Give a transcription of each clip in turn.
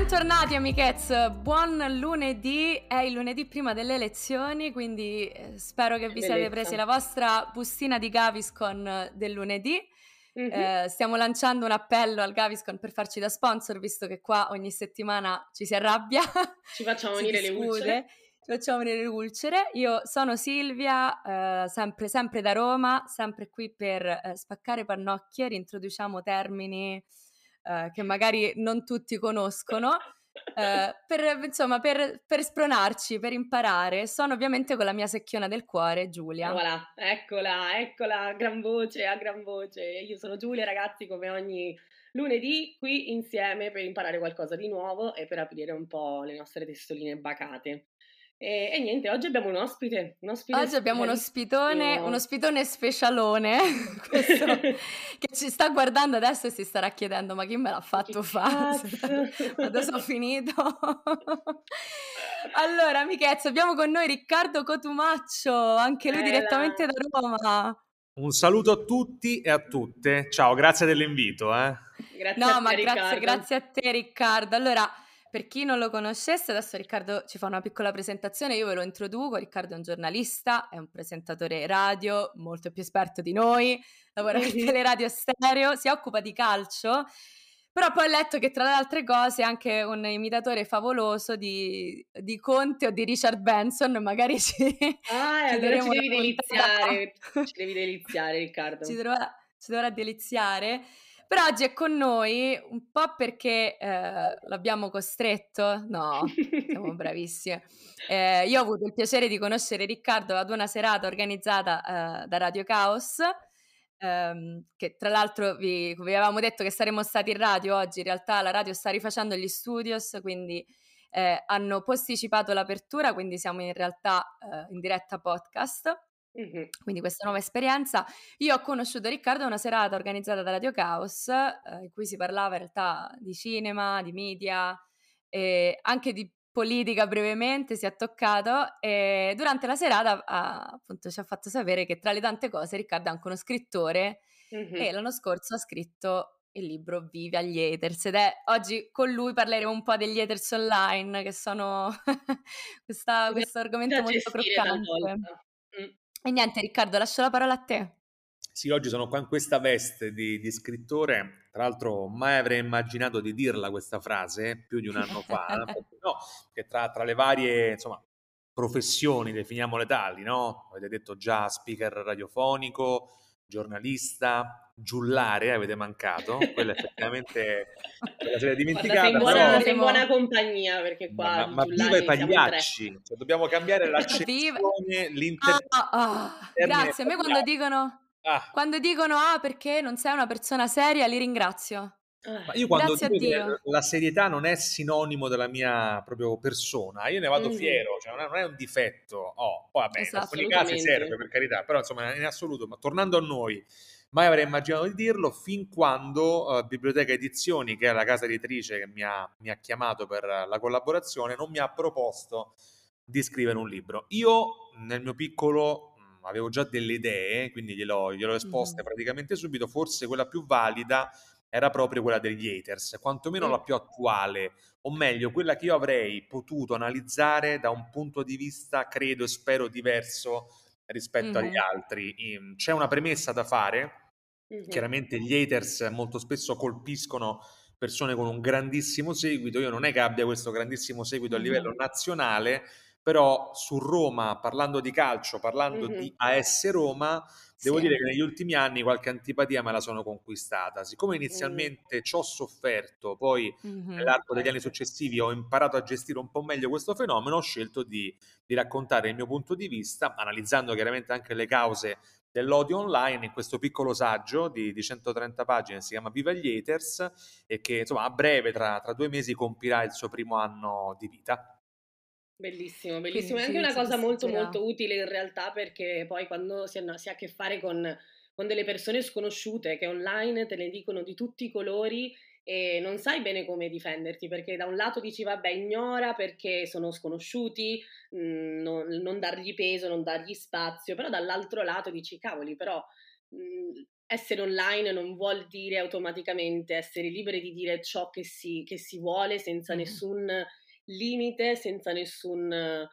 Bentornati amichezze, buon lunedì, è il lunedì prima delle elezioni, quindi spero che vi siate presi la vostra bustina di Gaviscon del lunedì. Stiamo lanciando un appello al Gaviscon per farci da sponsor, visto che qua ogni settimana ci si arrabbia, ci facciamo si venire discute, le ulcere. ci facciamo venire le ulcere. Io sono Silvia, sempre da Roma, sempre qui per spaccare pannocchie, rintroduciamo termini che magari non tutti conoscono, per spronarci, per imparare. Sono ovviamente con la mia secchiona del cuore, Giulia. Voilà, eccola, a gran voce. Io sono Giulia, ragazzi, come ogni lunedì, qui insieme per imparare qualcosa di nuovo e per aprire un po' le nostre testoline bacate. E niente, oggi abbiamo un ospite Oggi abbiamo uno spitone specialone, questo, che ci sta guardando adesso e si starà chiedendo: ma chi me l'ha fatto fare? Ma dove sono finito? Allora, amichezza, abbiamo con noi Riccardo Cotumaccio, anche lui direttamente da Roma. Un saluto a tutti e a tutte. Ciao, grazie dell'invito. Grazie a te, Riccardo. Grazie a te, Riccardo. Allora, per chi non lo conoscesse, adesso Riccardo ci fa una piccola presentazione, io ve lo introduco. Riccardo è un giornalista, è un presentatore radio, molto più esperto di noi, lavora per Teleradio Stereo, si occupa di calcio, però poi ho letto che tra le altre cose è anche un imitatore favoloso di Conte o di Richard Benson, magari allora ci devi deliziare, Riccardo. Ci dovrà deliziare. Però oggi è con noi un po' perché l'abbiamo costretto. No, siamo bravissimi. Io ho avuto il piacere di conoscere Riccardo ad una serata organizzata da Radio Caos, che tra l'altro vi avevamo detto che saremmo stati in radio oggi. In realtà la radio sta rifacendo gli studios, quindi hanno posticipato l'apertura, quindi siamo in realtà in diretta podcast. Quindi questa nuova esperienza. Io ho conosciuto Riccardo a una serata organizzata da Radio Caos, in cui si parlava in realtà di cinema, di media e anche di politica brevemente, si è toccato, e durante la serata appunto ci ha fatto sapere che tra le tante cose Riccardo è anche uno scrittore e l'anno scorso ha scritto il libro Vive agli haters, ed oggi con lui parleremo un po' degli haters online, che sono questo argomento molto croccante. E niente, Riccardo, lascio la parola a te. Sì, oggi sono qua in questa veste di scrittore. Tra l'altro mai avrei immaginato di dirla questa frase più di un anno fa. No, che tra le varie, insomma, professioni, definiamole tali, no? Avete detto già speaker radiofonico, giornalista, giullare, avete mancato. Quella effettivamente la siete dimenticata. Guarda, sei in buona compagnia, perché qua ma viva i pagliacci! Cioè, dobbiamo cambiare l'accezione, Grazie, a me quando dicono perché non sei una persona seria, li ringrazio. Ma io quando dico che la serietà non è sinonimo della mia proprio persona, io ne vado fiero, cioè non è un difetto. Poi vabbè, in alcuni casi serve, per carità, però insomma in assoluto. Ma tornando a noi, mai avrei immaginato di dirlo fin quando Biblioteca Edizioni, che è la casa editrice che mi ha chiamato per la collaborazione, non mi ha proposto di scrivere un libro. Io nel mio piccolo avevo già delle idee, quindi gliel'ho esposte praticamente subito. Forse quella più valida era proprio quella degli haters, quantomeno la più attuale, o meglio, quella che io avrei potuto analizzare da un punto di vista, credo e spero, diverso rispetto agli altri. C'è una premessa da fare. Chiaramente gli haters molto spesso colpiscono persone con un grandissimo seguito. Io non è che abbia questo grandissimo seguito a livello nazionale, però su Roma, parlando di calcio, parlando di AS Roma, devo dire che negli ultimi anni qualche antipatia me la sono conquistata. Siccome inizialmente ci ho sofferto, poi nell'arco degli anni successivi ho imparato a gestire un po' meglio questo fenomeno, ho scelto di raccontare il mio punto di vista, analizzando chiaramente anche le cause dell'odio online, in questo piccolo saggio di 130 pagine, si chiama Viva gli haters, e che insomma a breve, tra 2 mesi, compirà il suo primo anno di vita. Bellissimo, bellissimo. È anche una cosa molto molto utile in realtà, perché poi quando si ha a che fare con delle persone sconosciute che online te ne dicono di tutti i colori e non sai bene come difenderti, perché da un lato dici vabbè, ignora perché sono sconosciuti, non dargli peso, non dargli spazio, però dall'altro lato dici cavoli, però essere online non vuol dire automaticamente essere liberi di dire ciò che si vuole senza nessun limite, senza nessun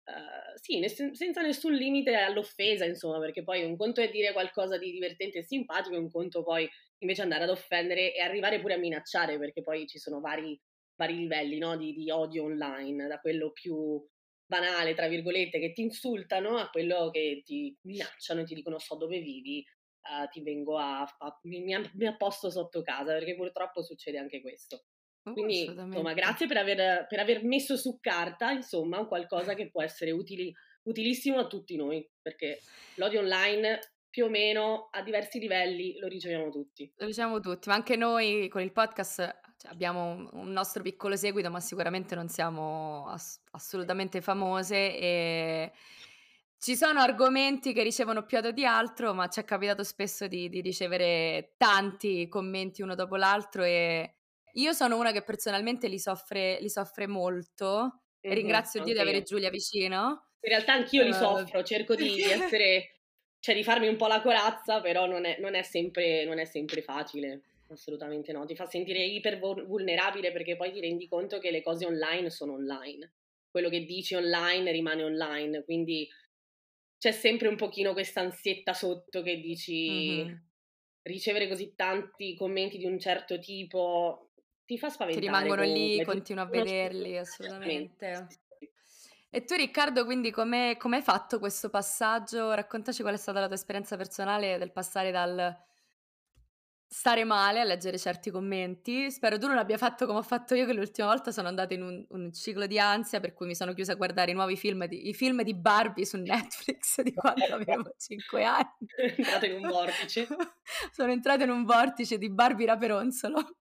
senza nessun limite all'offesa, insomma, perché poi un conto è dire qualcosa di divertente e simpatico, e un conto poi invece andare ad offendere e arrivare pure a minacciare, perché poi ci sono vari livelli, no, di odio online, da quello più banale, tra virgolette, che ti insultano, a quello che ti minacciano e ti dicono so dove vivi, ti vengo mi apposto sotto casa, perché purtroppo succede anche questo. Quindi, insomma, grazie per aver messo su carta, insomma, un qualcosa che può essere utilissimo a tutti noi, perché l'odio online più o meno a diversi livelli lo riceviamo tutti. Lo riceviamo tutti, ma anche noi con il podcast abbiamo un nostro piccolo seguito, ma sicuramente non siamo assolutamente famose, e ci sono argomenti che ricevono più odio di altro, ma ci è capitato spesso di ricevere tanti commenti uno dopo l'altro, e io sono una che personalmente li soffre molto, e ringrazio Dio di avere Giulia vicino. In realtà anch'io li soffro, cerco di essere, cioè di farmi un po' la corazza, però non è sempre facile, assolutamente no. Ti fa sentire iper vulnerabile, perché poi ti rendi conto che le cose online sono online. Quello che dici online rimane online, quindi c'è sempre un pochino questa ansietta sotto che dici ricevere così tanti commenti di un certo tipo ti fa spaventare. Ti rimangono lì, continui a vederli, assolutamente. E tu, Riccardo, quindi come hai fatto questo passaggio? Raccontaci qual è stata la tua esperienza personale del passare dal stare male a leggere certi commenti. Spero tu non abbia fatto come ho fatto io, che l'ultima volta sono andata in un ciclo di ansia per cui mi sono chiusa a guardare i film di Barbie su Netflix di quando avevo 5 anni. Entrata in un vortice. Sono entrata in un vortice di Barbie Raperonzolo.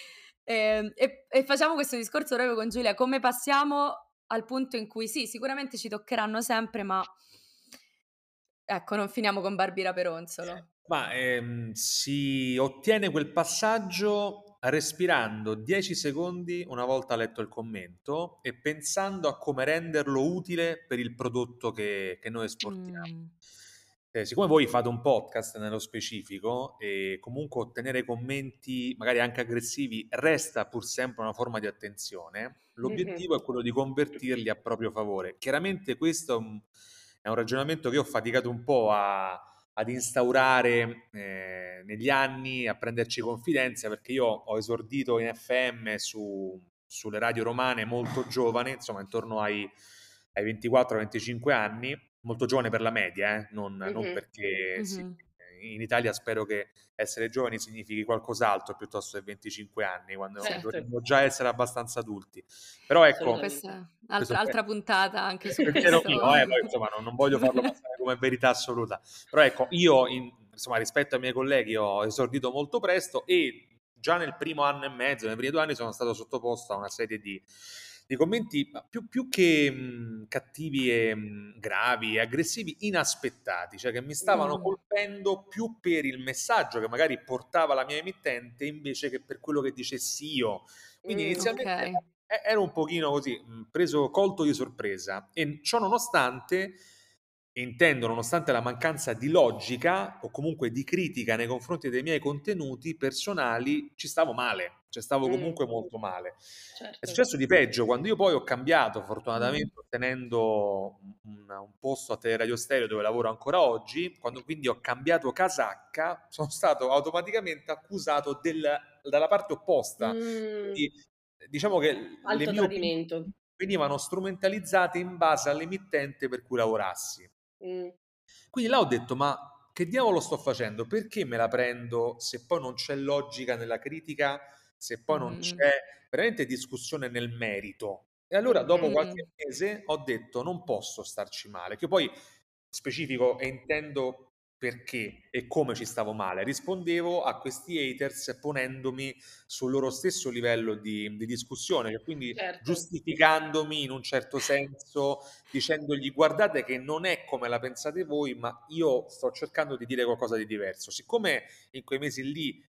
E facciamo questo discorso proprio con Giulia, come passiamo al punto in cui sì, sicuramente ci toccheranno sempre, ma ecco, non finiamo con Barbie Raperonzolo. Ma si ottiene quel passaggio respirando 10 secondi una volta letto il commento e pensando a come renderlo utile per il prodotto che noi esportiamo. Siccome voi fate un podcast nello specifico e comunque ottenere commenti magari anche aggressivi resta pur sempre una forma di attenzione, l'obiettivo è quello di convertirli a proprio favore. Chiaramente questo è un ragionamento che ho faticato un po' ad instaurare negli anni, a prenderci confidenza, perché io ho esordito in FM sulle radio romane molto giovane, insomma intorno ai 24-25 anni, molto giovane per la media, non perché sì, in Italia spero che essere giovani significhi qualcos'altro piuttosto che 25 anni, quando dovremmo già essere abbastanza adulti. Però ecco, questa è altra puntata anche su questo. Mio, poi, insomma, non voglio farlo passare come verità assoluta, però ecco, io insomma, rispetto ai miei colleghi ho esordito molto presto e già nel primo anno e mezzo, nei primi 2 anni sono stato sottoposto a una serie di commenti più che cattivi e gravi e aggressivi, inaspettati, cioè che mi stavano colpendo più per il messaggio che magari portava la mia emittente invece che per quello che dicessi io. Quindi inizialmente ero un pochino così, colto di sorpresa, e ciò nonostante, nonostante la mancanza di logica o comunque di critica nei confronti dei miei contenuti personali, ci stavo male, cioè stavo comunque molto male. Certo. È successo di peggio quando io poi ho cambiato, fortunatamente ottenendo un posto a Teleradio Stereo dove lavoro ancora oggi, quando quindi ho cambiato casacca, sono stato automaticamente accusato dalla parte opposta. Quindi, diciamo che alto tradimento venivano strumentalizzate in base all'emittente per cui lavorassi. Quindi là ho detto, ma che diavolo sto facendo? Perché me la prendo se poi non c'è logica nella critica, se poi non c'è veramente discussione nel merito? E allora dopo qualche mese ho detto non posso starci male, che poi specifico e intendo perché e come ci stavo male. Rispondevo a questi haters ponendomi sul loro stesso livello di discussione, cioè quindi giustificandomi in un certo senso, dicendogli guardate che non è come la pensate voi, ma io sto cercando di dire qualcosa di diverso. Siccome in quei mesi lì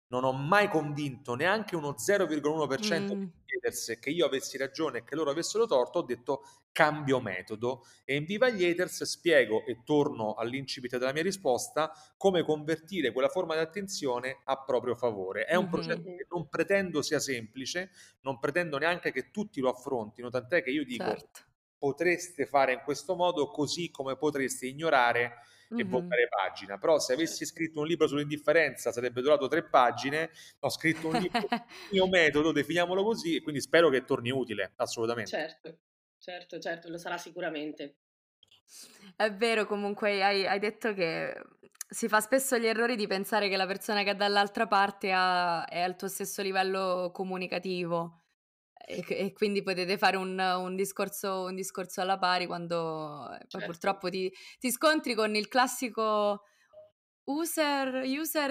non ho mai convinto neanche uno 0,1% di haters che io avessi ragione e che loro avessero torto. Ho detto cambio metodo e in Viva gli haters spiego, e torno all'incipit della mia risposta, come convertire quella forma di attenzione a proprio favore. È un progetto che non pretendo sia semplice, non pretendo neanche che tutti lo affrontino, tant'è che io dico potreste fare in questo modo, così come potreste ignorare e voltare pagina. Però se avessi scritto un libro sull'indifferenza sarebbe durato 3 pagine. Ho scritto un libro sul mio metodo, definiamolo così, e quindi spero che torni utile, assolutamente. Certo, lo sarà sicuramente. È vero, comunque hai detto che si fa spesso gli errori di pensare che la persona che è dall'altra parte è al tuo stesso livello comunicativo e quindi potete fare un discorso alla pari quando poi purtroppo ti scontri con il classico user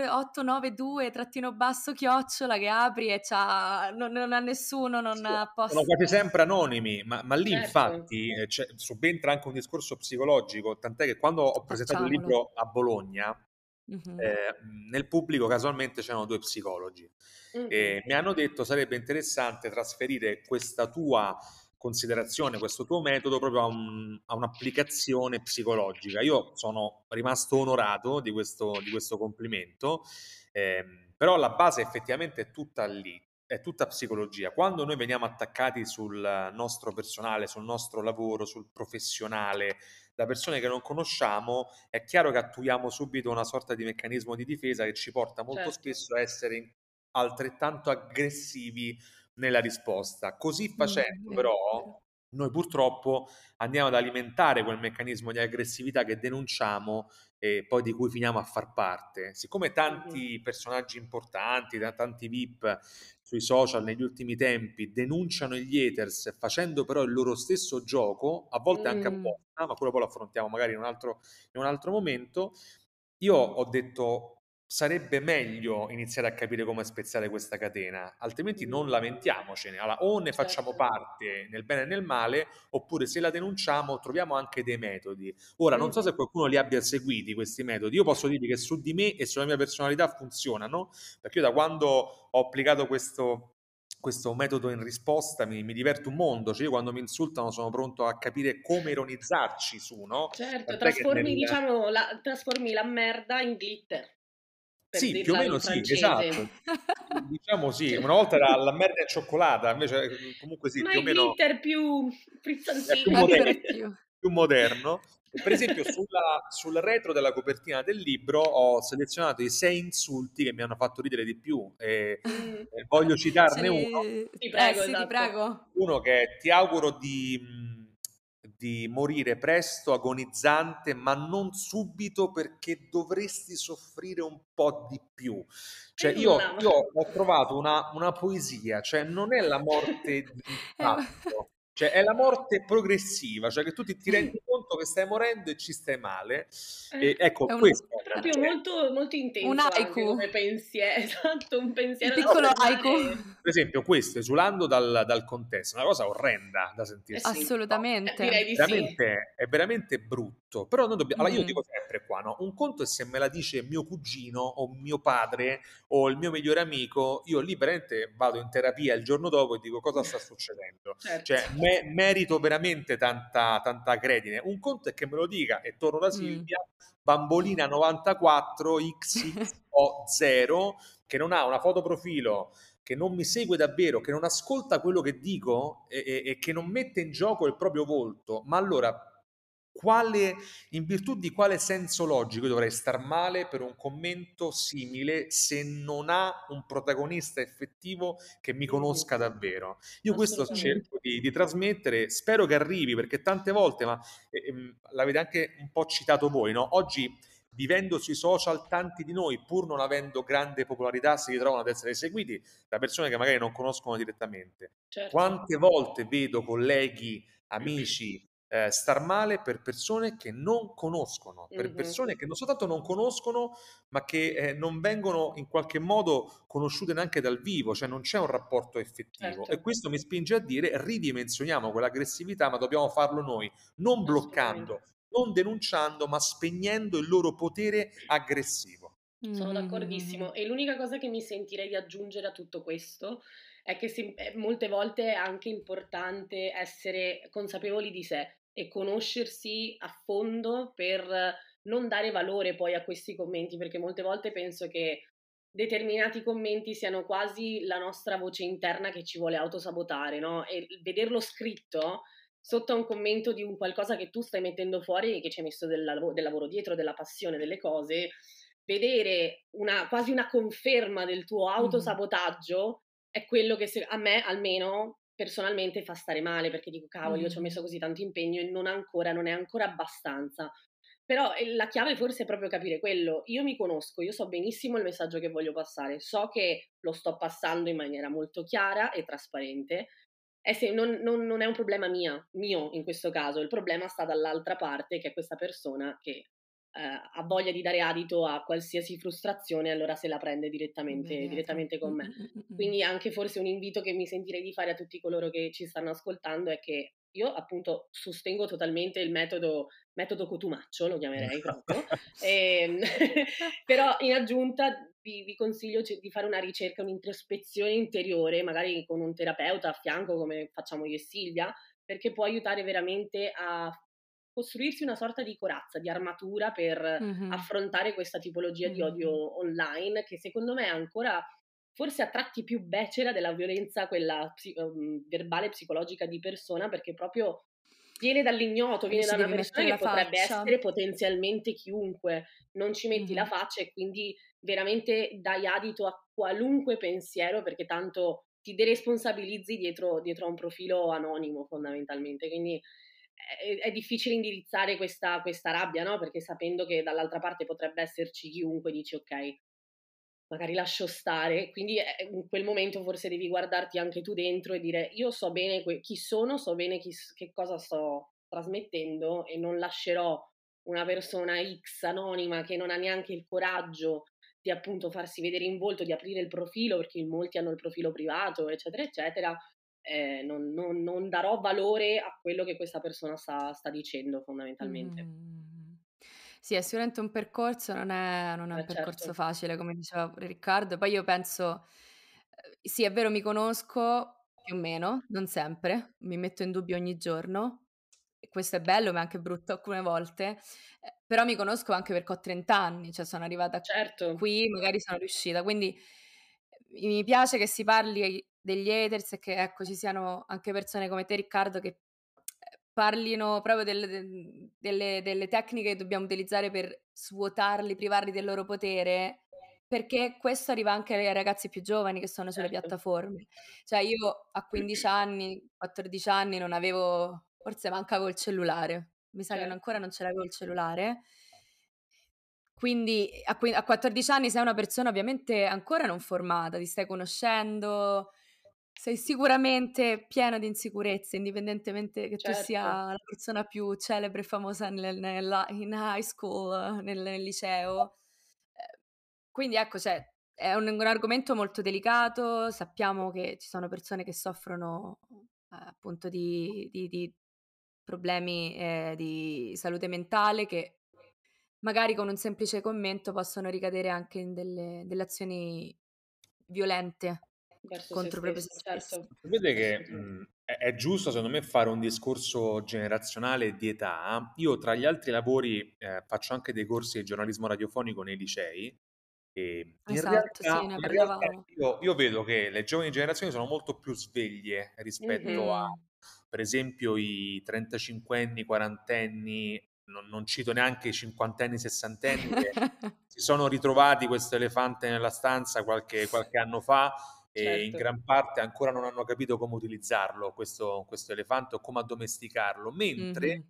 892 _ che apri e non ha nessuno, non ha Sono post. quasi sempre anonimi, ma lì infatti subentra anche un discorso psicologico, tant'è che quando ho presentato il libro a Bologna, nel pubblico casualmente c'erano 2 psicologi e mi hanno detto sarebbe interessante trasferire questa tua considerazione, questo tuo metodo proprio a un'applicazione psicologica. Io sono rimasto onorato di questo complimento, però la base effettivamente è tutta lì, è tutta psicologia. Quando noi veniamo attaccati sul nostro personale, sul nostro lavoro, sul professionale, da persone che non conosciamo, è chiaro che attuiamo subito una sorta di meccanismo di difesa che ci porta molto spesso a essere altrettanto aggressivi nella risposta. Così facendo, però, noi purtroppo andiamo ad alimentare quel meccanismo di aggressività che denunciamo e poi di cui finiamo a far parte. Siccome tanti personaggi importanti, tanti VIP sui social negli ultimi tempi denunciano gli haters facendo però il loro stesso gioco, a volte anche apposta, ma quello poi lo affrontiamo magari in un altro momento, io ho detto sarebbe meglio iniziare a capire come spezzare questa catena, altrimenti non lamentiamocene. Allora, o ne facciamo parte nel bene e nel male, oppure se la denunciamo troviamo anche dei metodi. Ora, non so se qualcuno li abbia seguiti questi metodi, io posso dirvi che su di me e sulla mia personalità funzionano, perché io da quando ho applicato questo metodo in risposta mi diverto un mondo, cioè io quando mi insultano sono pronto a capire come ironizzarci su, no? Certo, Tant'è che trasformi la merda in glitter, per sì, più o dirla meno in sì, francese. esatto. Diciamo sì, una volta era la merda cioccolata, invece comunque sì, Ma più o il meno glitter più è più frizzantino. Ancora moderno. più. Più moderno. Per esempio sul retro della copertina del libro ho selezionato i 6 insulti che mi hanno fatto ridere di più e voglio citarne uno. Ti prego, Sì, ti esatto. prego. Uno che è: ti auguro di morire presto, agonizzante, ma non subito perché dovresti soffrire un po' di più. Cioè io ho trovato una poesia, cioè non è la morte di impatto, cioè è la morte progressiva, cioè che tu ti rendi conto che stai morendo e ci stai male. E ecco, È questo È proprio cioè, molto, molto un intenso anche haiku, come pensiero, esatto, un il pensiero da piccolo haiku. scorrere. per esempio, questo, esulando dal contesto, è una cosa orrenda da sentirsi dire, Sì, no? direi Assolutamente. di sì. È veramente brutto. Però noi dobbiamo. Allora, io dico sempre qua, no? Un conto è se me la dice mio cugino o mio padre o il mio migliore amico, io lì veramente vado in terapia il giorno dopo e dico cosa sta succedendo. Certo. Cioè, merito veramente tanta acredine. Un conto è che me lo dica, e torno da Silvia, bambolina 94 XXO0, che non ha una foto profilo, che non mi segue davvero, che non ascolta quello che dico e che non mette in gioco il proprio volto. Ma allora, in virtù di quale senso logico io dovrei star male per un commento simile se non ha un protagonista effettivo che mi conosca davvero? Io questo cerco di trasmettere, spero che arrivi, perché tante volte, ma l'avete anche un po' citato voi, no? Oggi, vivendo sui social, tanti di noi, pur non avendo grande popolarità, si ritrovano ad essere seguiti da persone che magari non conoscono direttamente. Quante volte vedo colleghi, amici star male per persone che non conoscono, per persone che non soltanto non conoscono, ma che non vengono in qualche modo conosciute neanche dal vivo, cioè non c'è un rapporto effettivo. E questo mi spinge a dire ridimensioniamo quell'aggressività, ma dobbiamo farlo noi, non bloccando, non denunciando, ma spegnendo il loro potere aggressivo. Sono d'accordissimo. E l'unica cosa che mi sentirei di aggiungere a tutto questo è che molte volte è anche importante essere consapevoli di sé e conoscersi a fondo per non dare valore poi a questi commenti, perché molte volte penso che determinati commenti siano quasi la nostra voce interna che ci vuole autosabotare, no? E vederlo scritto sotto a un commento di un qualcosa che tu stai mettendo fuori e che ci hai messo del lavoro dietro, della passione, delle cose, vedere quasi una conferma del tuo autosabotaggio è quello che a me almeno personalmente fa stare male, perché dico cavoli, io ci ho messo così tanto impegno e non è ancora abbastanza. Però la chiave forse è proprio capire quello. Io mi conosco, io so benissimo il messaggio che voglio passare, so che lo sto passando in maniera molto chiara e trasparente. Non è un problema mio in questo caso, il problema sta dall'altra parte, che è questa persona che ha voglia di dare adito a qualsiasi frustrazione, allora se la prende direttamente con me. Quindi anche forse un invito che mi sentirei di fare a tutti coloro che ci stanno ascoltando è che io appunto sostengo totalmente il metodo Cotumaccio, lo chiamerei proprio, però in aggiunta vi consiglio di fare una ricerca, un'introspezione interiore, magari con un terapeuta a fianco come facciamo io e Silvia, perché può aiutare veramente a costruirsi una sorta di corazza, di armatura per affrontare questa tipologia di odio online, che secondo me è ancora forse a tratti più becera della violenza, quella verbale, psicologica di persona, perché proprio viene dall'ignoto, viene da una persona che potrebbe essere potenzialmente chiunque, non ci metti la faccia e quindi veramente dai adito a qualunque pensiero, perché tanto ti deresponsabilizzi dietro a un profilo anonimo fondamentalmente, quindi è difficile indirizzare questa rabbia, no? Perché sapendo che dall'altra parte potrebbe esserci chiunque, dici ok, magari lascio stare, quindi in quel momento forse devi guardarti anche tu dentro e dire io so bene chi sono, so bene che cosa sto trasmettendo e non lascerò una persona X anonima che non ha neanche il coraggio di appunto farsi vedere in volto, di aprire il profilo, perché molti hanno il profilo privato, eccetera, eccetera, non darò valore a quello che questa persona sta dicendo fondamentalmente. Sì, è sicuramente un percorso, non è un percorso Certo. facile, come diceva pure Riccardo. Poi io penso, sì, è vero, mi conosco più o meno, non sempre, mi metto in dubbio ogni giorno, e questo è bello, ma è anche brutto alcune volte, però mi conosco anche perché ho 30 anni, cioè sono arrivata Certo. qui, magari sono riuscita, quindi mi piace che si parli degli haters e che, ecco, ci siano anche persone come te, Riccardo, che parlino proprio delle tecniche che dobbiamo utilizzare per svuotarli, privarli del loro potere, perché questo arriva anche ai ragazzi più giovani che sono sulle Certo. piattaforme. Cioè io a 15 anni, 14 anni non avevo, forse mancavo il cellulare, mi sa che ancora non ce l'avevo il cellulare. Quindi a 14 anni sei una persona ovviamente ancora non formata, ti stai conoscendo, sei sicuramente pieno di insicurezze, indipendentemente che tu sia la persona più celebre e famosa in high school, nel liceo. Quindi ecco, cioè, è un argomento molto delicato, sappiamo che ci sono persone che soffrono appunto di problemi di salute mentale che magari con un semplice commento possono ricadere anche in delle azioni violente Verso se contro proprio se stessi, stessi. certo. Vede che è giusto secondo me fare un discorso generazionale di età. Io tra gli altri lavori faccio anche dei corsi di giornalismo radiofonico nei licei e Esatto, sì, ne in realtà parlavamo. io vedo che le giovani generazioni sono molto più sveglie rispetto a, per esempio, i 35enni, 40enni, non cito neanche i cinquantenni, sessantenni che si sono ritrovati questo elefante nella stanza qualche anno fa e in Certo. gran parte ancora non hanno capito come utilizzarlo, questo elefante, o come addomesticarlo, mentre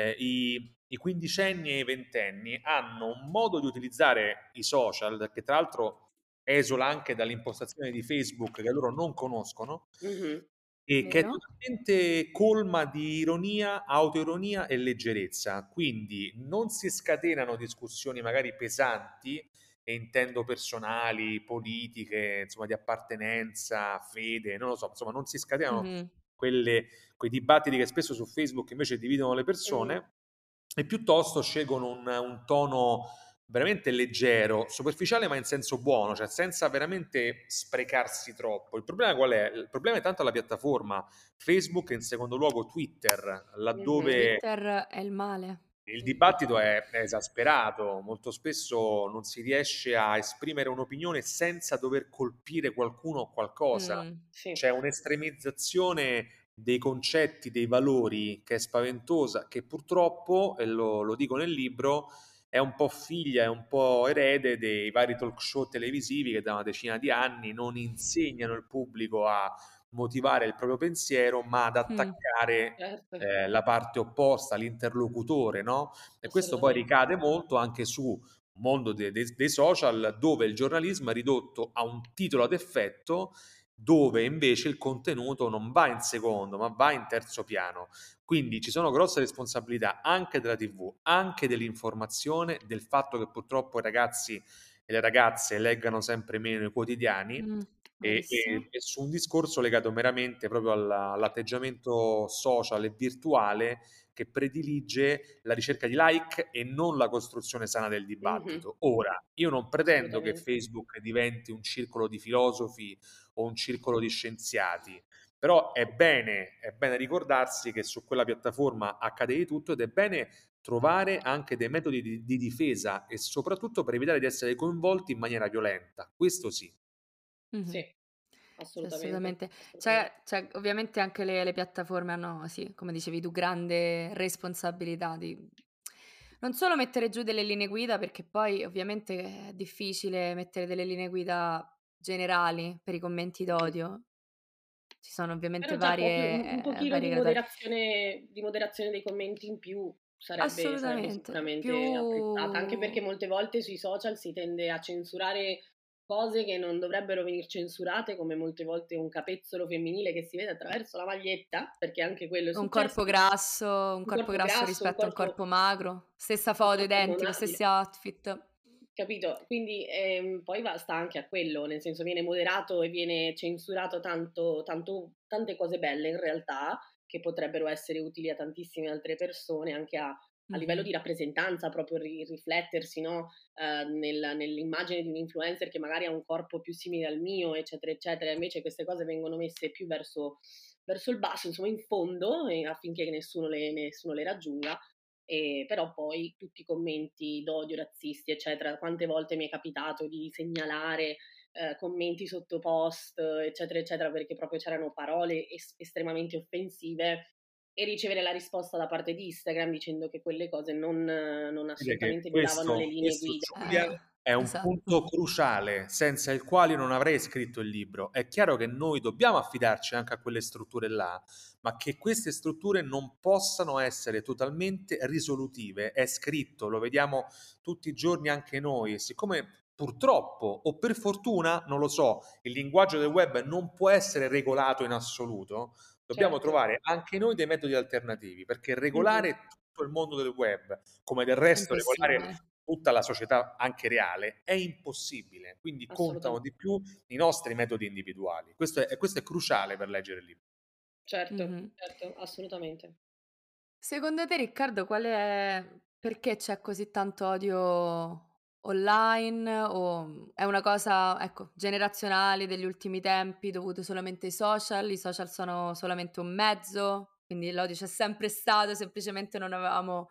i quindicenni e i ventenni hanno un modo di utilizzare i social che tra l'altro esula anche dall'impostazione di Facebook che loro non conoscono e che è Vero? totalmente colma di ironia, autoironia e leggerezza. Quindi non si scatenano discussioni magari pesanti, e intendo personali, politiche, insomma di appartenenza, fede, non lo so, insomma non si scatenano quei dibattiti che spesso su Facebook invece dividono le persone e piuttosto scelgono un tono veramente leggero, superficiale ma in senso buono, cioè senza veramente sprecarsi troppo. Il problema qual è? Il problema è tanto la piattaforma Facebook e in secondo luogo Twitter, laddove Twitter è il male. il dibattito è esasperato, molto spesso non si riesce a esprimere un'opinione senza dover colpire qualcuno o qualcosa. Sì. C'è un'estremizzazione dei concetti, dei valori che è spaventosa, che purtroppo, e lo dico nel libro, è un po' figlia, è un po' erede dei vari talk show televisivi che da una decina di anni non insegnano il pubblico a motivare il proprio pensiero, ma ad attaccare Certo, la parte opposta, l'interlocutore, no? E questo poi assolutamente. ricade molto anche su mondo dei social, dove il giornalismo è ridotto a un titolo ad effetto, dove invece il contenuto non va in secondo, ma va in terzo piano. Quindi ci sono grosse responsabilità anche della TV, anche dell'informazione, del fatto che purtroppo i ragazzi e le ragazze leggano sempre meno i quotidiani, Verissimo. e su un discorso legato meramente proprio all'atteggiamento social e virtuale che predilige la ricerca di like e non la costruzione sana del dibattito. Ora, io non pretendo che Assolutamente. Facebook diventi un circolo di filosofi o un circolo di scienziati, però è bene ricordarsi che su quella piattaforma accade di tutto ed è bene trovare anche dei metodi di difesa e soprattutto per evitare di essere coinvolti in maniera violenta. Questo sì. Mh-mh. Sì, Sì, assolutamente, assolutamente. assolutamente. C'è ovviamente anche le piattaforme hanno, sì, come dicevi tu, grande responsabilità di non solo mettere giù delle linee guida, perché poi ovviamente è difficile mettere delle linee guida generali per i commenti Mh-mh. d'odio. Ci sono ovviamente Però già proprio un pochino varie graduatorie. di moderazione dei commenti in più sarebbe Assolutamente. Più sicuramente apprezzata, anche perché molte volte sui social si tende a censurare cose che non dovrebbero venir censurate, come molte volte un capezzolo femminile che si vede attraverso la maglietta, perché anche quello è successo. un Un corpo corpo grasso grasso, rispetto a un corpo magro, stessa un foto corpo identico, ormonabile. stessi outfit. Capito? Quindi, poi sta anche a quello, nel senso viene moderato e viene censurato tante cose belle in realtà, che potrebbero essere utili a tantissime altre persone, anche a livello Mh-mh. di rappresentanza, proprio riflettersi, no, nell'immagine di un influencer che magari ha un corpo più simile al mio, eccetera, eccetera. Invece queste cose vengono messe più verso il basso, insomma in fondo, affinché nessuno le raggiunga. Però poi tutti i commenti d'odio, razzisti, eccetera, quante volte mi è capitato di segnalare, commenti sotto post, eccetera, eccetera, perché proprio c'erano parole estremamente offensive e ricevere la risposta da parte di Instagram dicendo che quelle cose non Dire che assolutamente violavano le linee questo, guida. Giulia, è un Esatto. punto cruciale, senza il quale io non avrei scritto il libro. È chiaro che noi dobbiamo affidarci anche a quelle strutture là, ma che queste strutture non possano essere totalmente risolutive. È scritto, lo vediamo tutti i giorni anche noi, e siccome purtroppo o per fortuna, non lo so, il linguaggio del web non può essere regolato in assoluto, dobbiamo Certo. trovare anche noi dei metodi alternativi, perché Mh-mh. regolare tutto il mondo del web, come del È resto impossibile. regolare tutta la società anche reale, è impossibile. Quindi contano di Assolutamente. più i nostri metodi individuali. Questo è cruciale per leggere il libro. Certo, Mh-mh. certo, assolutamente. Secondo te Riccardo perché c'è così tanto odio online o è una cosa, ecco, generazionale degli ultimi tempi dovuto solamente ai social? I social sono solamente un mezzo, quindi l'odio c'è sempre stato, semplicemente non avevamo,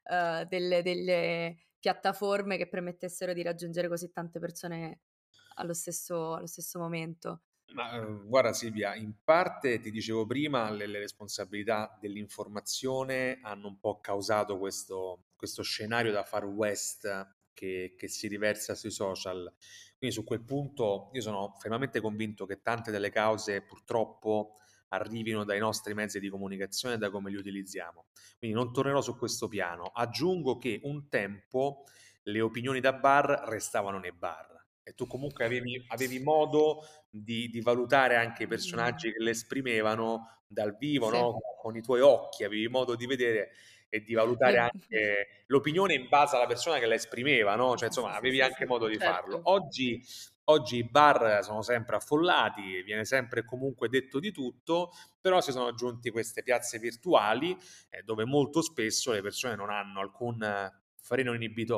delle piattaforme che permettessero di raggiungere così tante persone allo stesso momento. Ma guarda Silvia, in parte ti dicevo prima, le responsabilità dell'informazione hanno un po' causato questo scenario da Far West che si riversa sui social. Quindi su quel punto io sono fermamente convinto che tante delle cause purtroppo arrivino dai nostri mezzi di comunicazione e da come li utilizziamo. Quindi non tornerò su questo piano. Aggiungo che un tempo le opinioni da bar restavano nei bar e tu comunque avevi modo di valutare anche i Mh. personaggi che le esprimevano dal vivo, Sì. no? Con i tuoi occhi, avevi modo di vedere e di valutare Le anche l'opinione in base alla persona che la esprimeva, no? Cioè, Sì, insomma, sì, sì, avevi sì, anche sì. modo di farlo. Certo. Oggi i bar sono sempre affollati, viene sempre comunque detto di tutto, però si sono aggiunti queste piazze virtuali dove molto spesso le persone non hanno alcun freno inibitorio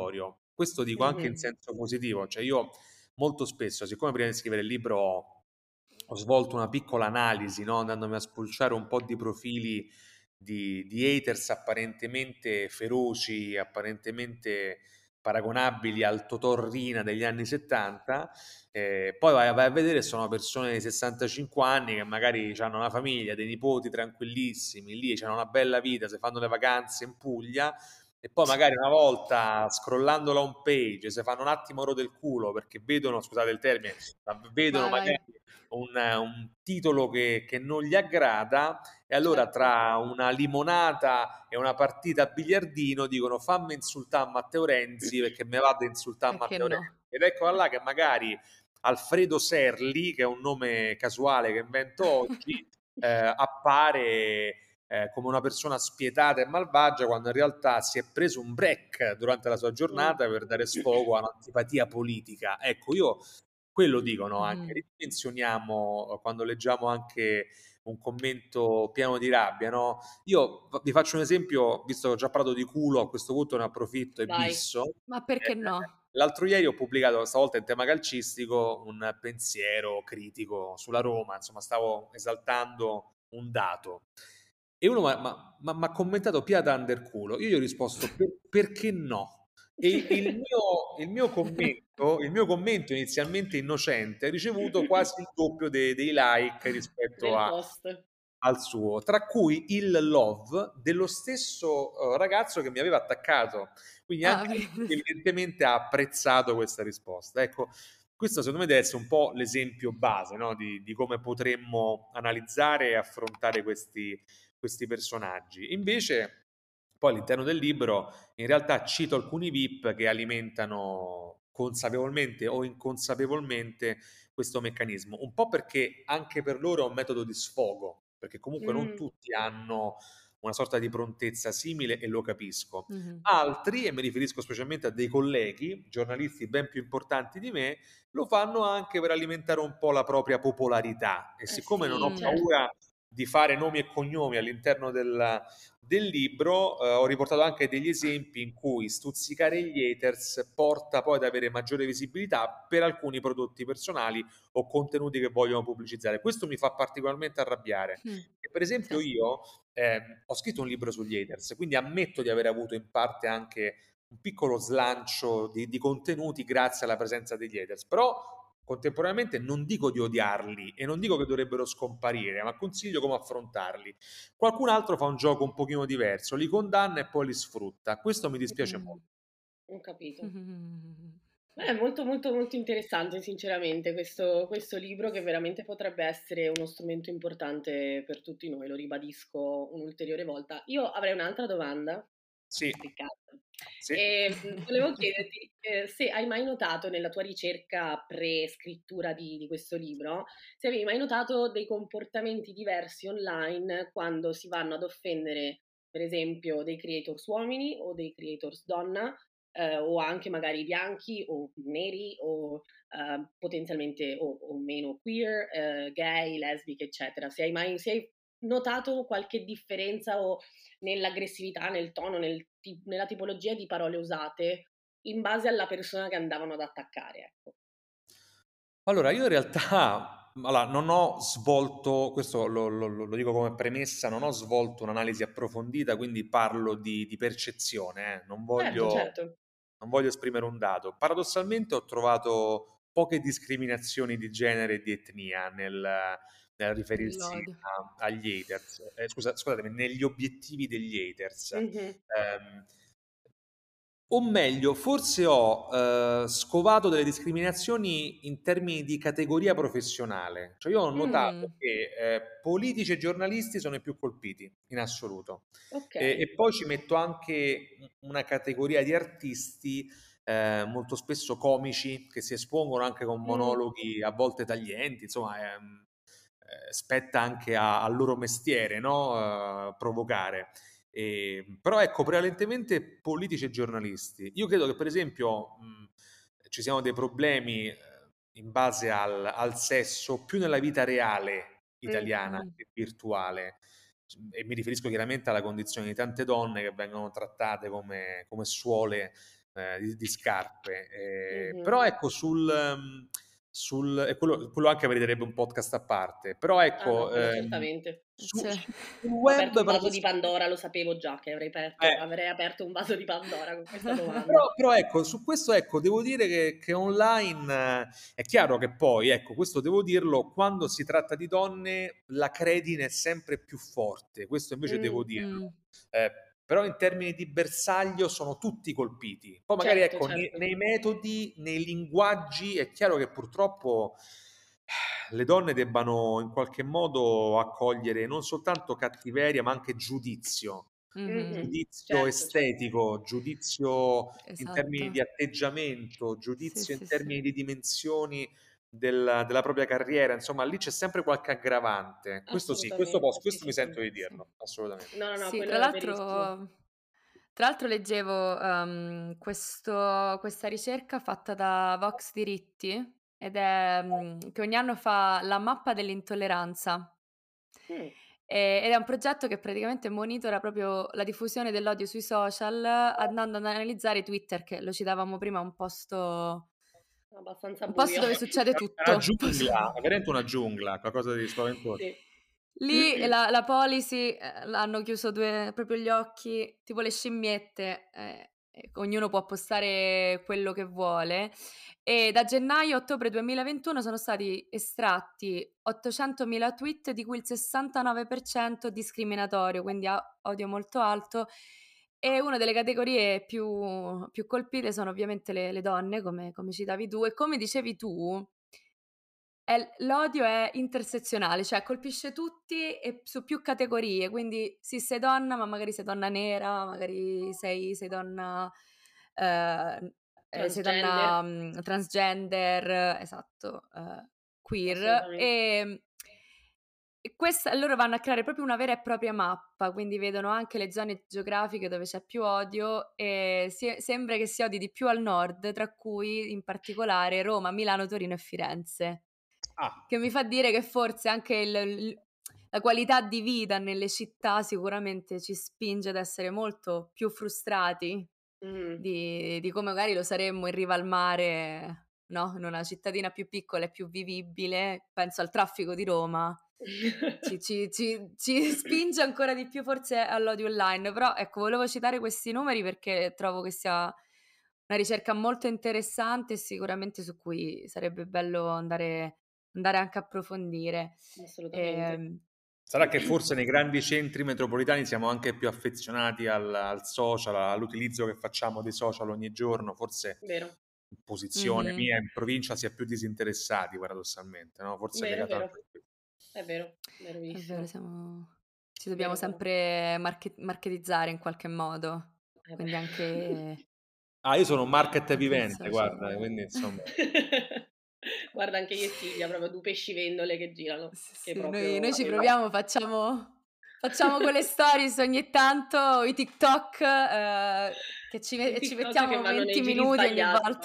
Questo dico anche in senso positivo, cioè io molto spesso, siccome prima di scrivere il libro ho svolto una piccola analisi, no? Andandomi a spulciare un po' di profili di haters apparentemente feroci, apparentemente paragonabili al Totò Riina degli anni 70, poi vai a vedere sono persone di 65 anni che magari hanno una famiglia, dei nipoti tranquillissimi, lì hanno una bella vita, si fanno le vacanze in Puglia e poi magari una volta scrollando la home page si fanno un attimo oro del culo perché vedono, scusate il termine, ma vedono magari un titolo che non gli aggrada e allora tra una limonata e una partita a biliardino dicono fammi insultare Matteo Renzi perché me vado a insultare Matteo Renzi. Ed ecco là che magari Alfredo Serli, che è un nome casuale che invento oggi, appare come una persona spietata e malvagia quando in realtà si è preso un break durante la sua giornata per dare sfogo a un'antipatia politica. Ecco, io quello dicono anche, ridimensioniamo quando leggiamo anche un commento pieno di rabbia, no? Io vi faccio un esempio, visto che ho già parlato di culo, a questo punto ne approfitto e bisso. Ma perché no? L'altro ieri ho pubblicato, stavolta in tema calcistico, un pensiero critico sulla Roma, insomma stavo esaltando un dato. E uno mi ha commentato Piata Underculo, io gli ho risposto perché no? E il mio commento inizialmente innocente ha ricevuto quasi il doppio dei like rispetto del post al suo, tra cui il love dello stesso ragazzo che mi aveva attaccato. Quindi anche lui evidentemente ha apprezzato questa risposta. Ecco, questo secondo me deve essere un po' l'esempio base, no? di come potremmo analizzare e affrontare questi personaggi. Invece, poi all'interno del libro, in realtà cito alcuni VIP che alimentano consapevolmente o inconsapevolmente questo meccanismo, un po' perché anche per loro è un metodo di sfogo, perché comunque non tutti hanno una sorta di prontezza simile e lo capisco. Altri, e mi riferisco specialmente a dei colleghi, giornalisti ben più importanti di me, lo fanno anche per alimentare un po' la propria popolarità e siccome non ho paura di fare nomi e cognomi all'interno del libro, ho riportato anche degli esempi in cui stuzzicare gli haters porta poi ad avere maggiore visibilità per alcuni prodotti personali o contenuti che vogliono pubblicizzare. Questo mi fa particolarmente arrabbiare. E per esempio io ho scritto un libro sugli haters, quindi ammetto di aver avuto in parte anche un piccolo slancio di contenuti grazie alla presenza degli haters, però contemporaneamente non dico di odiarli e non dico che dovrebbero scomparire, ma consiglio come affrontarli. Qualcun altro fa un gioco un pochino diverso, li condanna e poi li sfrutta. Questo mi dispiace molto. Ho capito. È molto molto molto interessante sinceramente questo libro che veramente potrebbe essere uno strumento importante per tutti noi, lo ribadisco un'ulteriore volta. Io avrei un'altra domanda, Sì. Riccardo. Sì. Volevo chiederti se hai mai notato nella tua ricerca pre-scrittura di questo libro, se avevi mai notato dei comportamenti diversi online quando si vanno ad offendere, per esempio, dei creators uomini o dei creators donna, o anche magari bianchi o neri o potenzialmente o meno queer, gay, lesbiche, eccetera. Se hai notato qualche differenza o nell'aggressività, nel tono, nella tipologia di parole usate in base alla persona che andavano ad attaccare, ecco. Allora, io in realtà non ho svolto, questo lo dico come premessa, non ho svolto un'analisi approfondita, quindi parlo di percezione, non Certo. non voglio esprimere un dato. Paradossalmente ho trovato poche discriminazioni di genere e di etnia nel riferirsi agli haters. Scusatemi, negli obiettivi degli haters. O meglio, forse ho scovato delle discriminazioni in termini di categoria professionale. Cioè io ho notato che politici e giornalisti sono i più colpiti in assoluto. E poi ci metto anche una categoria di artisti molto spesso comici che si espongono anche con monologhi a volte taglienti, insomma, spetta anche al loro mestiere, no? Provocare. Però ecco, prevalentemente politici e giornalisti. Io credo che per esempio ci siano dei problemi in base al sesso più nella vita reale italiana che virtuale. E mi riferisco chiaramente alla condizione di tante donne che vengono trattate come suole di scarpe. Però ecco, e quello anche meriterebbe un podcast a parte. Però ecco, certamente. sul Ho web aperto un vaso di Pandora, lo sapevo già che avrei aperto un vaso di Pandora con questa domanda. Però ecco, su questo devo dire che online è chiaro che poi, ecco, questo devo dirlo, quando si tratta di donne la credine è sempre più forte, questo invece devo dirlo. Però in termini di bersaglio sono tutti colpiti. Poi magari certo, ecco, certo. nei metodi, nei linguaggi, è chiaro che purtroppo le donne debbano in qualche modo accogliere non soltanto cattiveria, ma anche giudizio. Giudizio estetico, giudizio in termini di atteggiamento, giudizio in termini di dimensioni della propria carriera, insomma lì c'è sempre qualche aggravante. Questo sì, questo mi sento di dirlo, assolutamente. No, sì, quello è verissimo. Tra l'altro leggevo questa ricerca fatta da Vox Diritti ed è che ogni anno fa la mappa dell'intolleranza. Ed è un progetto che praticamente monitora proprio la diffusione dell'odio sui social, andando ad analizzare Twitter, che lo citavamo prima, un posto abbastanza un posto buio. dove succede tutto. Una giungla, è veramente una giungla, qualcosa di spaventoso. Sì. Lì la policy hanno chiuso proprio gli occhi, tipo le scimmiette, ognuno può postare quello che vuole, e da gennaio a ottobre 2021 sono stati estratti 800.000 tweet, di cui il 69% discriminatorio, quindi odio molto alto, e una delle categorie più colpite sono ovviamente le donne, come citavi tu, e come dicevi tu, l'odio è intersezionale, cioè colpisce tutti e su più categorie, quindi sì, sei donna, ma magari sei donna nera, magari sei donna transgender, esatto, queer, e loro vanno a creare proprio una vera e propria mappa, quindi vedono anche le zone geografiche dove c'è più odio e sembra che si odi di più al nord, tra cui in particolare Roma, Milano, Torino e Firenze. Che mi fa dire che forse anche la qualità di vita nelle città sicuramente ci spinge ad essere molto più frustrati di come magari lo saremmo in riva al mare, no? In una cittadina più piccola e più vivibile. Penso al traffico di Roma. Ci spinge ancora di più forse all'odio online, però ecco, volevo citare questi numeri perché trovo che sia una ricerca molto interessante e sicuramente su cui sarebbe bello andare anche a approfondire. Assolutamente. Sarà che forse nei grandi centri metropolitani siamo anche più affezionati al social, all'utilizzo che facciamo dei social ogni giorno, forse vero. In posizione mia in provincia si è più disinteressati paradossalmente, no? Forse vero, è legato è vero, verissimo. È vero, ci dobbiamo sempre marketizzare in qualche modo, quindi anche... io sono un market vivente, guarda, quindi insomma... Guarda, anche io e Silvia, proprio due pescivendole che girano. Sì, noi ci proviamo, facciamo quelle stories ogni tanto, i TikTok, che ci mettiamo 20 minuti ogni volta.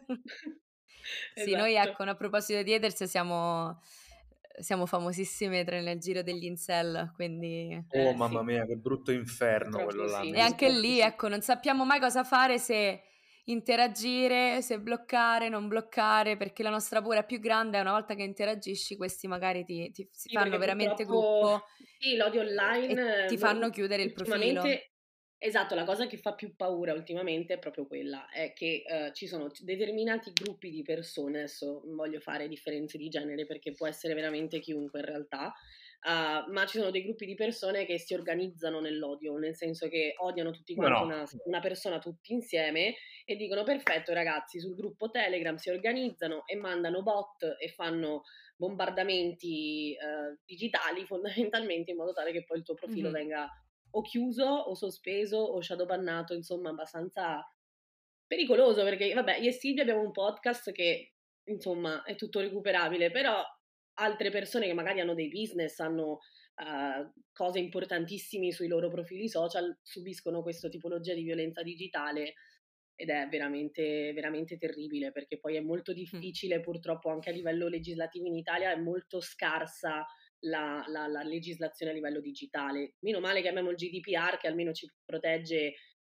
Sì, noi ecco, a proposito di haters siamo famosissime nel giro degli incel, quindi... Oh mamma mia, che brutto inferno quello là. E anche lì, ecco, non sappiamo mai cosa fare, se interagire, se bloccare, non bloccare, perché la nostra paura più grande è una volta che interagisci, questi magari si fanno veramente gruppo. Sì, l'odio online e ti fanno chiudere il profilo. Esatto, la cosa che fa più paura ultimamente è proprio quella, è che ci sono determinati gruppi di persone, adesso non voglio fare differenze di genere perché può essere veramente chiunque in realtà, ma ci sono dei gruppi di persone che si organizzano nell'odio, nel senso che odiano tutti quanti una persona tutti insieme e dicono perfetto ragazzi, sul gruppo Telegram si organizzano e mandano bot e fanno bombardamenti digitali fondamentalmente in modo tale che poi il tuo profilo venga o chiuso o sospeso o shadowbannato, insomma abbastanza pericoloso perché vabbè io e Silvia abbiamo un podcast che insomma è tutto recuperabile, però altre persone che magari hanno dei business, hanno cose importantissime sui loro profili social, subiscono questa tipologia di violenza digitale ed è veramente, veramente terribile perché poi è molto difficile purtroppo anche a livello legislativo in Italia, è molto scarsa la legislazione a livello digitale. Meno male che abbiamo il GDPR che almeno ci protegge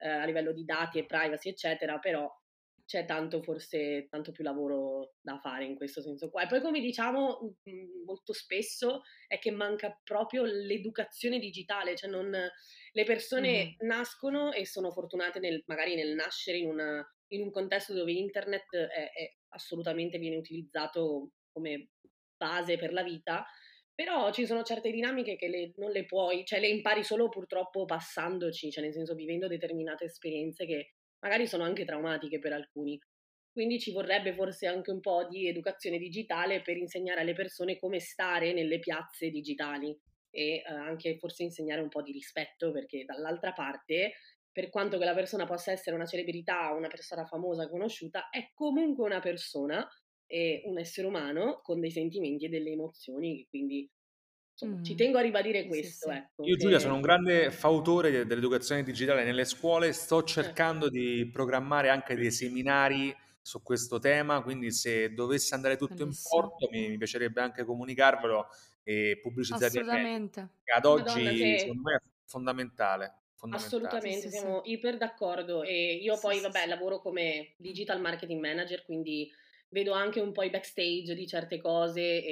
a livello di dati e privacy, eccetera, però c'è forse tanto più lavoro da fare in questo senso qua. E poi, come diciamo molto spesso, è che manca proprio l'educazione digitale, cioè le persone nascono e sono fortunate magari nel nascere in un contesto dove internet è assolutamente viene utilizzato come base per la vita, però ci sono certe dinamiche che non le puoi, cioè le impari solo purtroppo passandoci, cioè nel senso vivendo determinate esperienze che magari sono anche traumatiche per alcuni. Quindi ci vorrebbe forse anche un po' di educazione digitale per insegnare alle persone come stare nelle piazze digitali e anche forse insegnare un po' di rispetto, perché dall'altra parte, per quanto che la persona possa essere una celebrità, una persona famosa, conosciuta, è comunque una persona e un essere umano con dei sentimenti e delle emozioni, quindi insomma, ci tengo a ribadire questo. Sì. Ecco, Io, Giulia, sono un grande fautore dell'educazione digitale nelle scuole, sto cercando di programmare anche dei seminari su questo tema, quindi se dovesse andare tutto in porto mi piacerebbe anche comunicarvelo e pubblicizzarli meglio. Assolutamente. Ad oggi, secondo me, è fondamentale. Assolutamente, siamo iper d'accordo e io poi lavoro come digital marketing manager, quindi vedo anche un po' i backstage di certe cose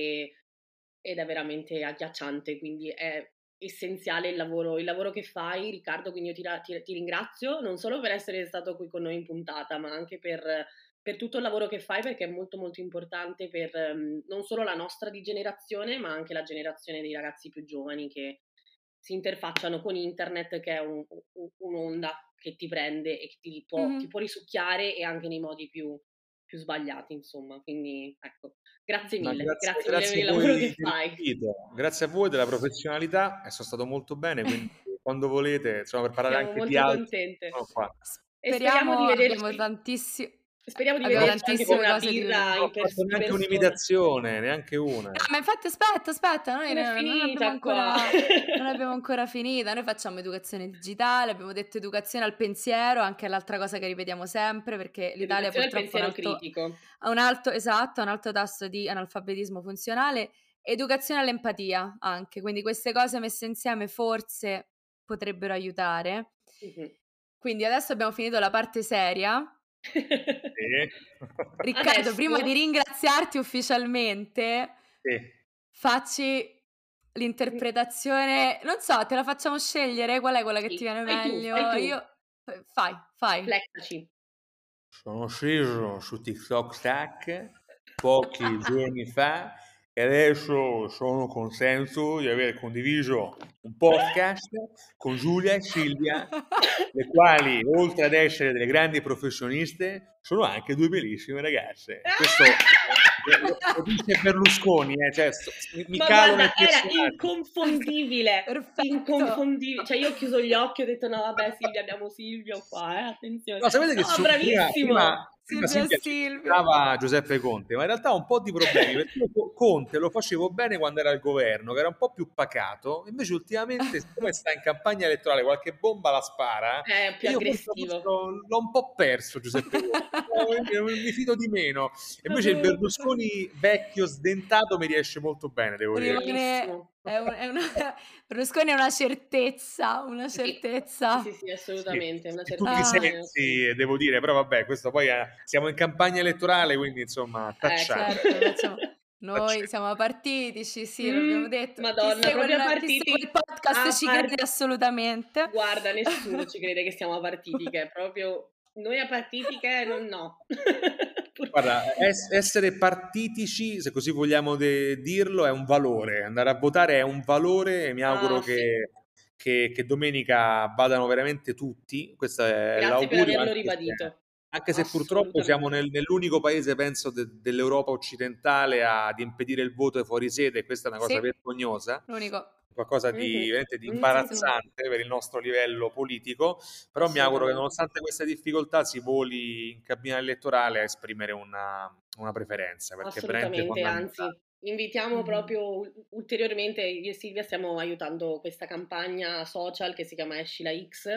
ed è veramente agghiacciante, quindi è essenziale il lavoro che fai, Riccardo, quindi io ti ringrazio non solo per essere stato qui con noi in puntata, ma anche per tutto il lavoro che fai, perché è molto molto importante per non solo la nostra di generazione, ma anche la generazione dei ragazzi più giovani che si interfacciano con internet, che è un'onda che ti prende e che ti può risucchiare e anche nei modi più sbagliati, insomma. Quindi ecco, grazie mille per il lavoro che fai. Grazie a voi della professionalità, sono stato molto bene, quindi quando volete, insomma, per parlare Siamo anche molto di altro, contente. sono qua. E speriamo di vederci. Abbiamo tantissimi. Speriamo di vederci anche con una birra non ho fatto neanche un'imitazione, neanche una. Ma infatti aspetta, noi non abbiamo ancora finita. Noi facciamo educazione digitale, abbiamo detto educazione al pensiero, anche l'altra cosa che ripetiamo sempre, perché l'Italia purtroppo ha un alto tasso di analfabetismo funzionale, educazione all'empatia anche, quindi queste cose messe insieme forse potrebbero aiutare. Quindi adesso abbiamo finito la parte seria. Riccardo, adesso, prima di ringraziarti ufficialmente, facci l'interpretazione, non so, te la facciamo scegliere? Qual è quella che ti viene meglio? Fai. Fleccaci. Sono sceso su TikTok Tac pochi giorni fa e adesso sono contento di aver condiviso un podcast con Giulia e Silvia, le quali, oltre ad essere delle grandi professioniste, sono anche due bellissime ragazze. Questo lo dice Berlusconi, cioè, mi calo guarda, era inconfondibile. Inconfondibile. Cioè, io ho chiuso gli occhi e ho detto: no, vabbè, Silvia, abbiamo Silvio qua, attenzione. No, sapete che bravissimo! Prima Silvia citava Giuseppe Conte, ma in realtà ho un po' di problemi, perché io Conte lo facevo bene quando era al governo, che era un po' più pacato, invece ultimamente, siccome sta in campagna elettorale, qualche bomba la spara, è più aggressivo. L'ho un po' perso Giuseppe Conte, mi fido di meno. Invece il Berlusconi vecchio, sdentato, mi riesce molto bene, devo dire. Berlusconi è una certezza, Sì, assolutamente. In tutti i sensi, devo dire, però vabbè, questo poi siamo in campagna elettorale, quindi insomma, tacciamo. Certo, noi siamo partitici, sì, l'abbiamo detto. Madonna, chi segue il podcast ci crede assolutamente. Guarda, nessuno ci crede che siamo partitiche, è proprio noi a partitiche no. Guarda, essere partitici, se così vogliamo dirlo, è un valore. Andare a votare è un valore e mi auguro che domenica vadano veramente tutti. Questo è Grazie l'augurio. Per averlo ribadito. Anche se purtroppo siamo nell'unico paese, penso, dell'Europa occidentale ad impedire il voto fuori sede, questa è una cosa vergognosa. L'unico. Qualcosa di imbarazzante per il nostro livello politico, però mi auguro che nonostante queste difficoltà si voli in cabina elettorale a esprimere una preferenza, perché assolutamente, anzi invitiamo proprio ulteriormente, io e Silvia stiamo aiutando questa campagna social che si chiama Esci la X,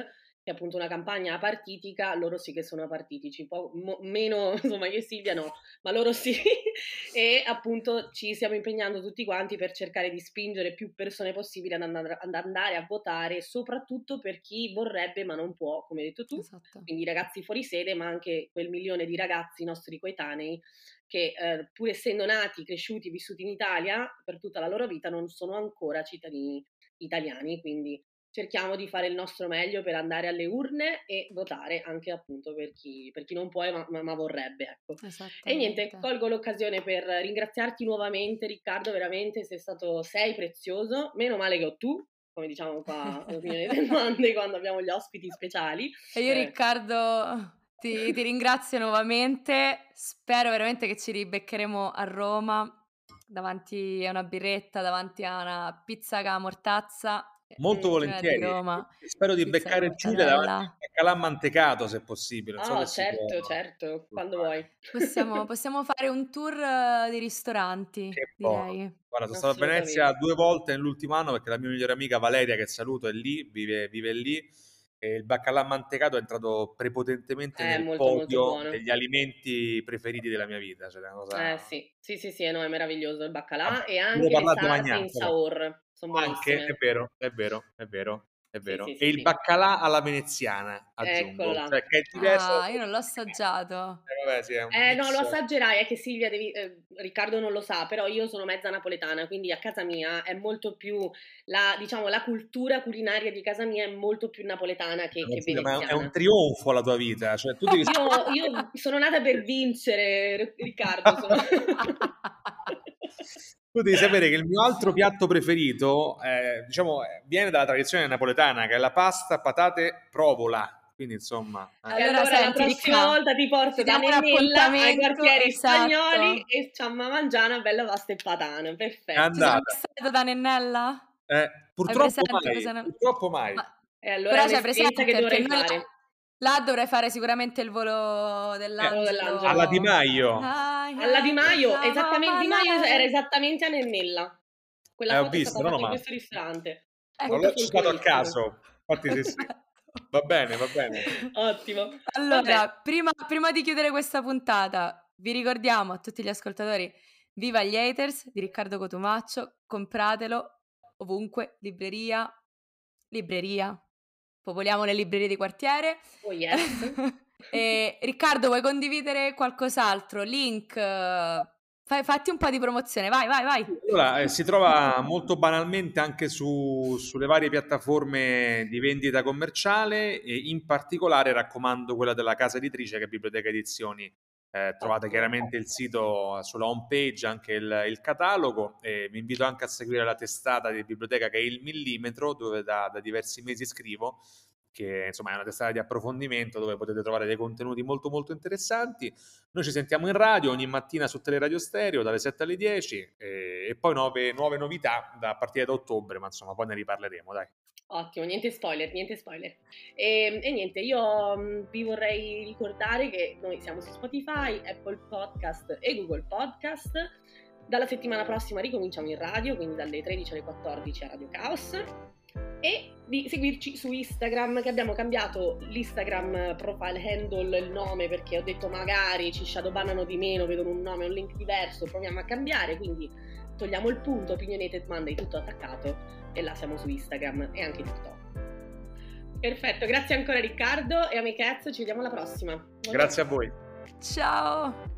che è appunto una campagna apartitica, loro sì che sono apartitici, un po' meno, insomma io e Silvia no, ma loro sì, e appunto ci stiamo impegnando tutti quanti per cercare di spingere più persone possibili ad andare a votare, soprattutto per chi vorrebbe ma non può, come hai detto tu, esatto. Quindi i ragazzi fuori sede, ma anche quel milione di ragazzi nostri coetanei che pur essendo nati, cresciuti, vissuti in Italia per tutta la loro vita non sono ancora cittadini italiani, quindi cerchiamo di fare il nostro meglio per andare alle urne e votare anche appunto per chi non può ma vorrebbe, ecco. E niente, colgo l'occasione per ringraziarti nuovamente, Riccardo, veramente sei prezioso, meno male che ho tu, come diciamo qua all'opinione delle domande quando abbiamo gli ospiti speciali. E io Riccardo ti ringrazio nuovamente, spero veramente che ci ribeccheremo a Roma davanti a una birretta, davanti a una pizza con mortazza. Molto volentieri, spero di beccare Giulia davanti a un baccalà mantecato se possibile. Certo, quando vuoi. Possiamo fare un tour di ristoranti, direi. Guarda, sono stato a Venezia 2 volte nell'ultimo anno perché la mia migliore amica Valeria, che saluto, è lì, vive lì, e il baccalà mantecato è entrato prepotentemente nel podio degli alimenti preferiti della mia vita. Cioè, una cosa... sì, no, è meraviglioso il baccalà e anche le salse in saor. Anche, è vero. Sì, e il baccalà alla veneziana, aggiungo. Cioè, che è diverso. Io non l'ho assaggiato. No, lo assaggerai, è che Silvia, Riccardo non lo sa, però io sono mezza napoletana, quindi a casa mia è molto più, la cultura culinaria di casa mia è molto più napoletana che veneziana. Ma è un trionfo la tua vita. Cioè, tu devi... io sono nata per vincere, Riccardo. Tu devi sapere che il mio altro piatto preferito, viene dalla tradizione napoletana, che è la pasta, patate, provola. Quindi insomma... Allora senti, la prossima volta ti porto da Nennella ai quartieri spagnoli e ciamma mangiare una bella pasta e patane. Perfetto. Ci sono stato da Nennella? Purtroppo mai. Allora però c'è presente che dovrei fare. Là dovrei fare sicuramente il volo dell'angelo. Alla Di Maio. Alla Di Maio, esattamente. Di Maio era esattamente a Nennella. Quella foto è stata fatta in questo ristorante. Non l'ho citato a caso. Infatti sì. Va bene. Ottimo. Allora, prima di chiudere questa puntata, vi ricordiamo a tutti gli ascoltatori: viva gli haters di Riccardo Cotumaccio, compratelo ovunque, libreria. Popoliamo le librerie di quartiere. Oh yes. E Riccardo, vuoi condividere qualcos'altro? Link? Fatti un po' di promozione, vai. Allora, si trova molto banalmente anche sulle varie piattaforme di vendita commerciale e in particolare raccomando quella della casa editrice che è Biblioteca Edizioni. Trovate chiaramente il sito sulla home page, anche il catalogo, e vi invito anche a seguire la testata di biblioteca che è Il Millimetro, dove da diversi mesi scrivo, che insomma è una testata di approfondimento dove potete trovare dei contenuti molto molto interessanti. Noi ci sentiamo in radio ogni mattina su Teleradio Stereo dalle 7 alle 10 e poi nuove novità a partire da ottobre, ma insomma poi ne riparleremo, dai. Ottimo, niente spoiler. E niente, io vi vorrei ricordare che noi siamo su Spotify, Apple Podcast e Google Podcast. Dalla settimana prossima ricominciamo in radio, quindi dalle 13 alle 14 a Radio Caos. E di seguirci su Instagram, che abbiamo cambiato l'Instagram profile handle, il nome, perché ho detto magari ci shadowbannano di meno, vedono un nome, un link diverso, proviamo a cambiare, quindi togliamo il punto, Opinionated Monday tutto attaccato, e là siamo su Instagram e anche TikTok. Perfetto, grazie ancora Riccardo e amichezze, ci vediamo alla prossima. Grazie a voi. Ciao.